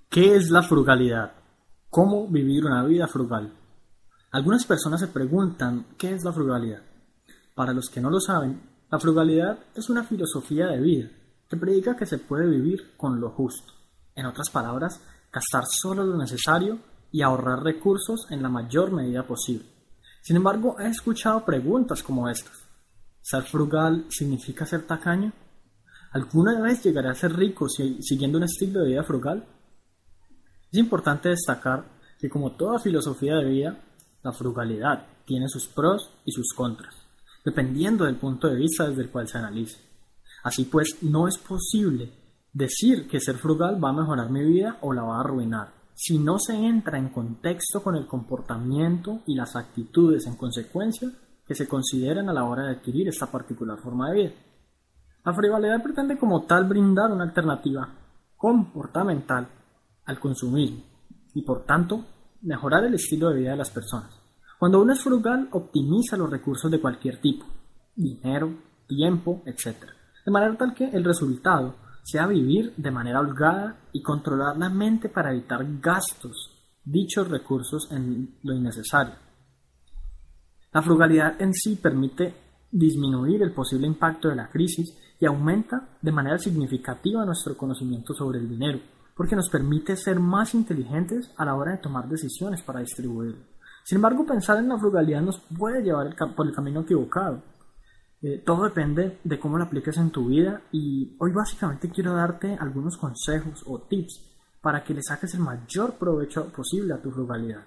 ¿Qué es la frugalidad? ¿Cómo vivir una vida frugal? Algunas personas se preguntan ¿qué es la frugalidad? Para los que no lo saben, la frugalidad es una filosofía de vida que predica que se puede vivir con lo justo. En otras palabras, gastar solo lo necesario y ahorrar recursos en la mayor medida posible. Sin embargo, he escuchado preguntas como estas. ¿Ser frugal significa ser tacaño? ¿Alguna vez llegaré a ser rico siguiendo un estilo de vida frugal? Es importante destacar que, como toda filosofía de vida, la frugalidad tiene sus pros y sus contras, dependiendo del punto de vista desde el cual se analice. Así pues, no es posible decir que ser frugal va a mejorar mi vida o la va a arruinar, si no se entra en contexto con el comportamiento y las actitudes en consecuencia que se consideran a la hora de adquirir esta particular forma de vida. La frugalidad pretende como tal brindar una alternativa comportamental al consumismo y por tanto mejorar el estilo de vida de las personas. Cuando uno es frugal, optimiza los recursos de cualquier tipo, dinero, tiempo, etc. De manera tal que el resultado sea vivir de manera holgada y controlar la mente para evitar gastos dichos recursos en lo innecesario. La frugalidad en sí permite disminuir el posible impacto de la crisis y aumenta de manera significativa nuestro conocimiento sobre el dinero, porque nos permite ser más inteligentes a la hora de tomar decisiones para distribuirlo. Sin embargo, pensar en la frugalidad nos puede llevar por el camino equivocado. Todo depende de cómo lo apliques en tu vida y hoy básicamente quiero darte algunos consejos o tips para que le saques el mayor provecho posible a tu frugalidad.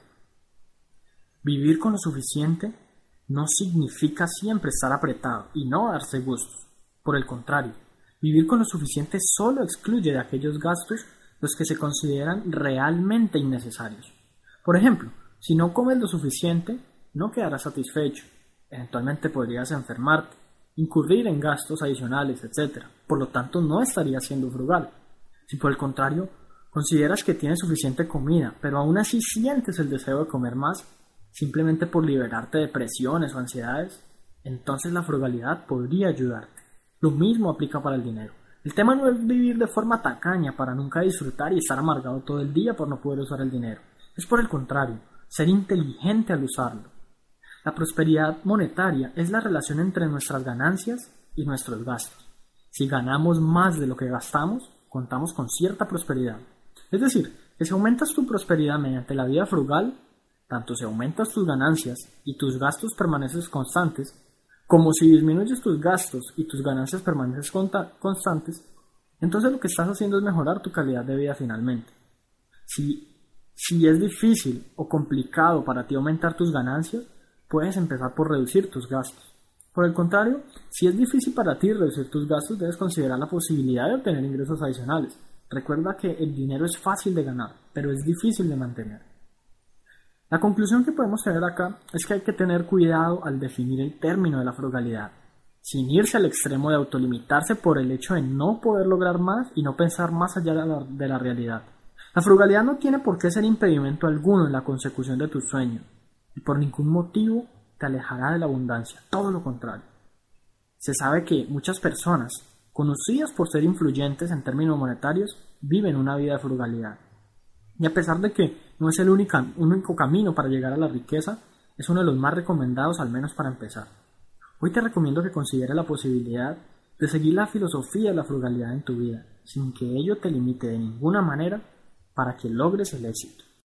Vivir con lo suficiente no significa siempre estar apretado y no darse gustos. Por el contrario, vivir con lo suficiente solo excluye de aquellos gastos los que se consideran realmente innecesarios. Por ejemplo, si no comes lo suficiente, no quedarás satisfecho. Eventualmente podrías enfermarte, incurrir en gastos adicionales, etc. Por lo tanto, no estarías siendo frugal. Si por el contrario, consideras que tienes suficiente comida, pero aún así sientes el deseo de comer más, simplemente por liberarte de presiones o ansiedades, entonces la frugalidad podría ayudarte. Lo mismo aplica para el dinero. El tema no es vivir de forma tacaña para nunca disfrutar y estar amargado todo el día por no poder usar el dinero. Es por el contrario, ser inteligente al usarlo. La prosperidad monetaria es la relación entre nuestras ganancias y nuestros gastos. Si ganamos más de lo que gastamos, contamos con cierta prosperidad. Es decir, que si aumentas tu prosperidad mediante la vida frugal, tanto si aumentas tus ganancias y tus gastos permanecen constantes, como si disminuyes tus gastos y tus ganancias permanecen constantes, entonces lo que estás haciendo es mejorar tu calidad de vida finalmente. Si es difícil o complicado para ti aumentar tus ganancias, puedes empezar por reducir tus gastos. Por el contrario, si es difícil para ti reducir tus gastos, debes considerar la posibilidad de obtener ingresos adicionales. Recuerda que el dinero es fácil de ganar, pero es difícil de mantener. La conclusión que podemos tener acá es que hay que tener cuidado al definir el término de la frugalidad, sin irse al extremo de autolimitarse por el hecho de no poder lograr más y no pensar más allá de la realidad. La frugalidad no tiene por qué ser impedimento alguno en la consecución de tus sueños, y por ningún motivo te alejará de la abundancia, todo lo contrario. Se sabe que muchas personas, conocidas por ser influyentes en términos monetarios, viven una vida de frugalidad. Y a pesar de que no es el único camino para llegar a la riqueza, es uno de los más recomendados, al menos para empezar. Hoy te recomiendo que consideres la posibilidad de seguir la filosofía de la frugalidad en tu vida, sin que ello te limite de ninguna manera para que logres el éxito.